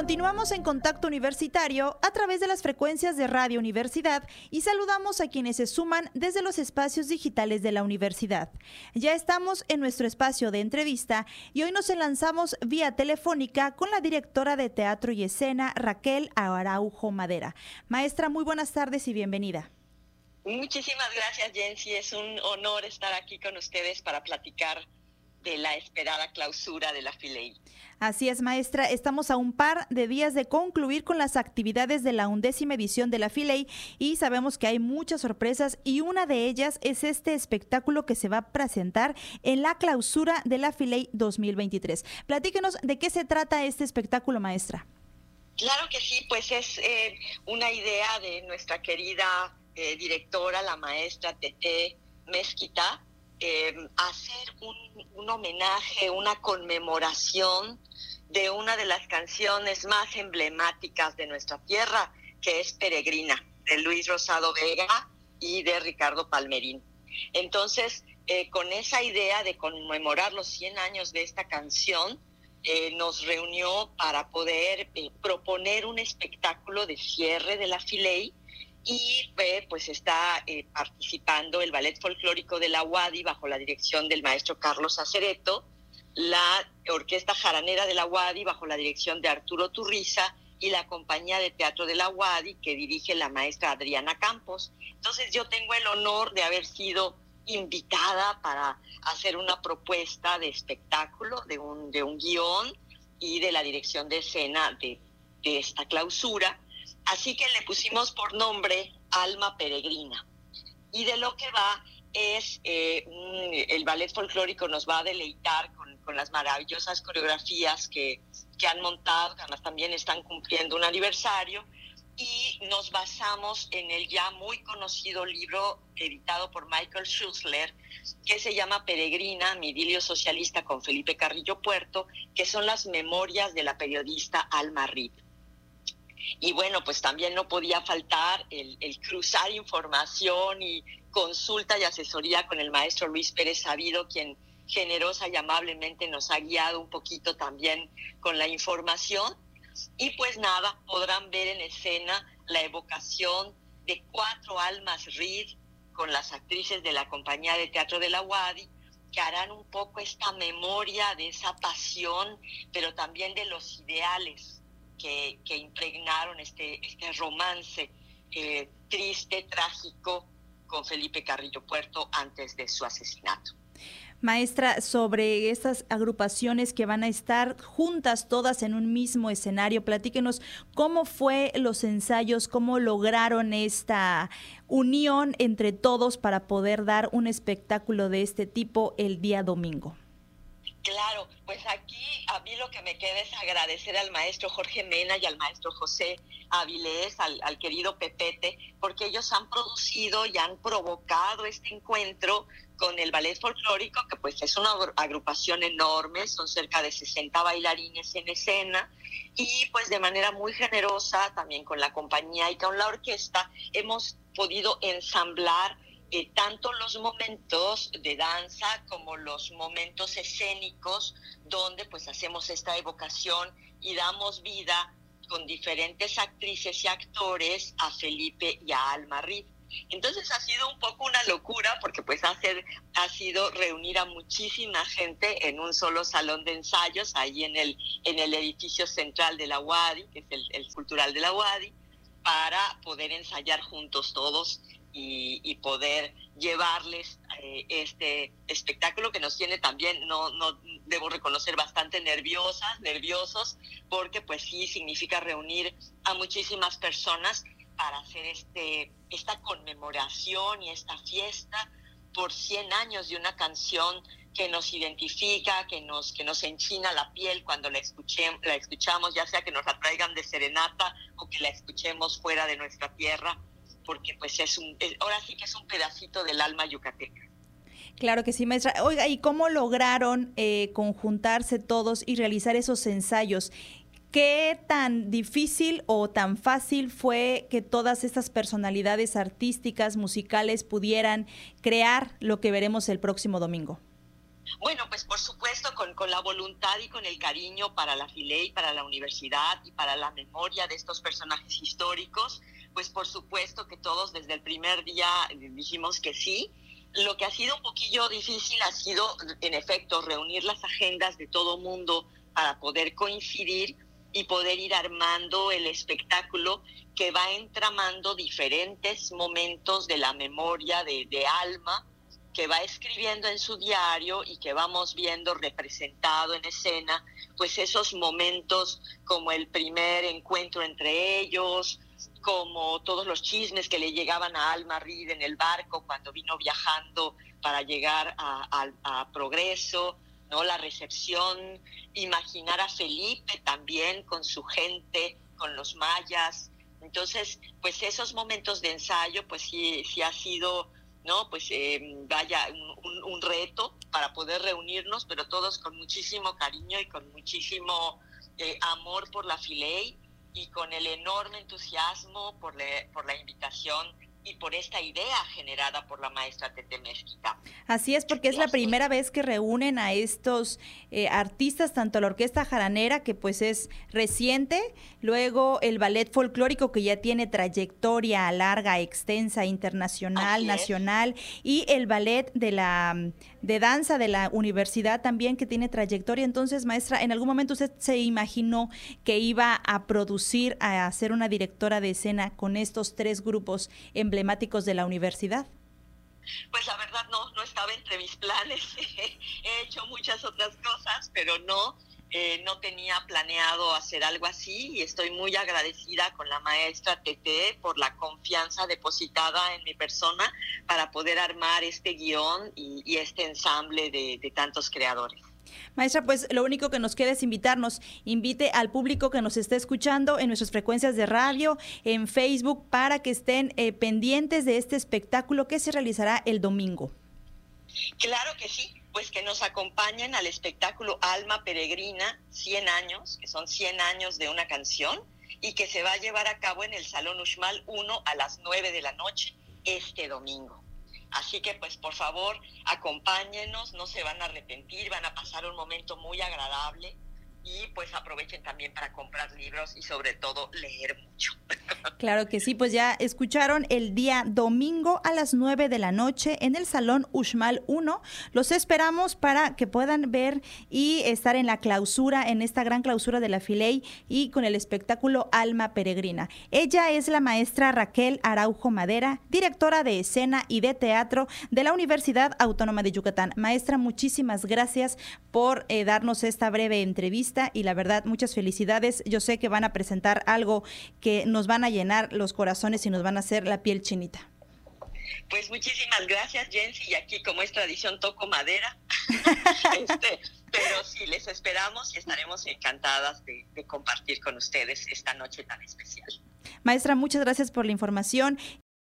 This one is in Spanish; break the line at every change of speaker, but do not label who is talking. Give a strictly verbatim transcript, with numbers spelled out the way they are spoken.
Continuamos en Contacto Universitario a través de las frecuencias de Radio Universidad y saludamos a quienes se suman desde los espacios digitales de la universidad. Ya estamos en nuestro espacio de entrevista y hoy nos enlazamos vía telefónica con la directora de Teatro y Escena, Raquel Araujo Madera. Maestra, muy buenas tardes y bienvenida.
Muchísimas gracias, Jensi. Es un honor estar aquí con ustedes para platicar de la esperada clausura de la Filey.
Así es, maestra. Estamos a un par de días de concluir con las actividades de la undécima edición de la Filey y sabemos que hay muchas sorpresas y una de ellas es este espectáculo que se va a presentar en la clausura de la Filey dos mil veintitrés. Platíquenos de qué se trata este espectáculo, maestra.
Claro que sí, pues es eh, una idea de nuestra querida eh, directora, la maestra Tete Mezquita, Eh, hacer un, un homenaje, una conmemoración de una de las canciones más emblemáticas de nuestra tierra, que es Peregrina, de Luis Rosado Vega y de Ricardo Palmerín. Entonces, eh, con esa idea de conmemorar los cien años de esta canción, eh, nos reunió para poder eh, proponer un espectáculo de cierre de la Filey. Y eh, pues está eh, participando el Ballet Folclórico de la U A D Y bajo la dirección del maestro Carlos Acereto, la Orquesta Jaranera de la U A D Y bajo la dirección de Arturo Turriza y la Compañía de Teatro de la U A D Y que dirige la maestra Adriana Campos. Entonces yo tengo el honor de haber sido invitada para hacer una propuesta de espectáculo, de un, de un guión y de la dirección de escena de, de esta clausura. Así que le pusimos por nombre Alma Peregrina. Y de lo que va es, eh, un, el ballet folclórico nos va a deleitar con, con las maravillosas coreografías que, que han montado, que además también están cumpliendo un aniversario, y nos basamos en el ya muy conocido libro editado por Michael Schussler, que se llama Peregrina, mi idilio socialista con Felipe Carrillo Puerto, que son las memorias de la periodista Alma Reed. Y bueno, pues también no podía faltar el, el cruzar información y consulta y asesoría con el maestro Luis Pérez Sabido, quien generosa y amablemente nos ha guiado un poquito también con la información. Y pues nada, podrán ver en escena la evocación de cuatro almas Reed con las actrices de la Compañía de Teatro de la U A D Y, que harán un poco esta memoria de esa pasión, pero también de los ideales Que, que impregnaron este, este romance eh, triste, trágico con Felipe Carrillo Puerto antes de su asesinato.
Maestra, sobre estas agrupaciones que van a estar juntas todas en un mismo escenario, platíquenos cómo fue los ensayos, cómo lograron esta unión entre todos para poder dar un espectáculo de este tipo el día domingo.
Claro, pues aquí a mí lo que me queda es agradecer al maestro Jorge Mena y al maestro José Avilés, al, al querido Pepete, porque ellos han producido y han provocado este encuentro con el ballet folclórico, que pues es una agrupación enorme, son cerca de sesenta bailarines en escena, y pues de manera muy generosa, también con la compañía y con la orquesta, hemos podido ensamblar Eh, tanto los momentos de danza como los momentos escénicos donde pues hacemos esta evocación y damos vida con diferentes actrices y actores a Felipe y a Alma Reed. Entonces ha sido un poco una locura porque pues ha, ser, ha sido reunir a muchísima gente en un solo salón de ensayos ahí en el, en el edificio central de la U A D Y, que es el, el cultural de la U A D Y, para poder ensayar juntos todos Y, y poder llevarles eh, este espectáculo que nos tiene también, no, no debo reconocer, bastante nerviosas, nerviosos, porque pues sí significa reunir a muchísimas personas para hacer este esta conmemoración y esta fiesta por cien años de una canción que nos identifica, que nos, que nos enchina la piel cuando la, escuché, la escuchamos, ya sea que nos la traigan de serenata o que la escuchemos fuera de nuestra tierra, porque pues es un, es, ahora sí que es un pedacito del alma yucateca.
Claro que sí, maestra. Oiga, ¿y cómo lograron eh, conjuntarse todos y realizar esos ensayos? ¿Qué tan difícil o tan fácil fue que todas estas personalidades artísticas, musicales, pudieran crear lo que veremos el próximo domingo?
Bueno, pues por supuesto, con, con la voluntad y con el cariño para la Filey, para la universidad y para la memoria de estos personajes históricos, pues por supuesto que todos desde el primer día dijimos que sí. Lo que ha sido un poquillo difícil ha sido, en efecto, reunir las agendas de todo mundo para poder coincidir y poder ir armando el espectáculo que va entramando diferentes momentos de la memoria de, de Alma, que va escribiendo en su diario y que vamos viendo representado en escena, pues esos momentos como el primer encuentro entre ellos, como todos los chismes que le llegaban a Alma Reed en el barco cuando vino viajando para llegar a, a, a Progreso, ¿no? La recepción, imaginar a Felipe también con su gente, con los mayas. Entonces, pues esos momentos de ensayo, pues sí, sí ha sido, ¿no? Pues eh, vaya, un, un reto para poder reunirnos, pero todos con muchísimo cariño y con muchísimo eh, amor por la Filey y con el enorme entusiasmo por, le, por la invitación y por esta idea generada por la maestra Tete Mezquita.
Así es, porque es la primera vez que reúnen a estos eh, artistas, tanto la Orquesta Jaranera, que pues es reciente, luego el ballet folclórico, que ya tiene trayectoria larga, extensa, internacional, nacional, y el ballet de la de danza de la universidad también, que tiene trayectoria. Entonces, maestra, ¿en algún momento usted se imaginó que iba a producir, a ser una directora de escena con estos tres grupos emblemáticos de la universidad?
Pues la verdad no, no estaba entre mis planes. He hecho muchas otras cosas, pero no, eh, no tenía planeado hacer algo así, y estoy muy agradecida con la maestra Tete por la confianza depositada en mi persona para poder armar este guión y, y este ensamble de, de tantos creadores.
Maestra, pues lo único que nos queda es invitarnos, invite al público que nos esté escuchando en nuestras frecuencias de radio, en Facebook, para que estén eh, pendientes de este espectáculo que se realizará el domingo.
Claro que sí, pues que nos acompañen al espectáculo Alma Peregrina, cien años, que son cien años de una canción, y que se va a llevar a cabo en el Salón Uxmal uno a las nueve de la noche este domingo. Así que, pues, por favor, acompáñenos, no se van a arrepentir, van a pasar un momento muy agradable y, pues, aprovechen también para comprar libros y, sobre todo, leer mucho.
Claro que sí, pues ya escucharon, el día domingo a las nueve de la noche en el Salón Uxmal uno. Los esperamos para que puedan ver y estar en la clausura, en esta gran clausura de la Filey, y con el espectáculo Alma Peregrina. Ella es la maestra Raquel Araujo Madera, directora de escena y de teatro de la Universidad Autónoma de Yucatán. Maestra, muchísimas gracias por eh, darnos esta breve entrevista, y la verdad, muchas felicidades. Yo sé que van a presentar algo que nos van a llenar los corazones y nos van a hacer la piel chinita.
Pues muchísimas gracias, Jensi, y aquí, como es tradición, toco madera. este, pero sí, les esperamos y estaremos encantadas de, de compartir con ustedes esta noche tan especial.
Maestra, muchas gracias por la información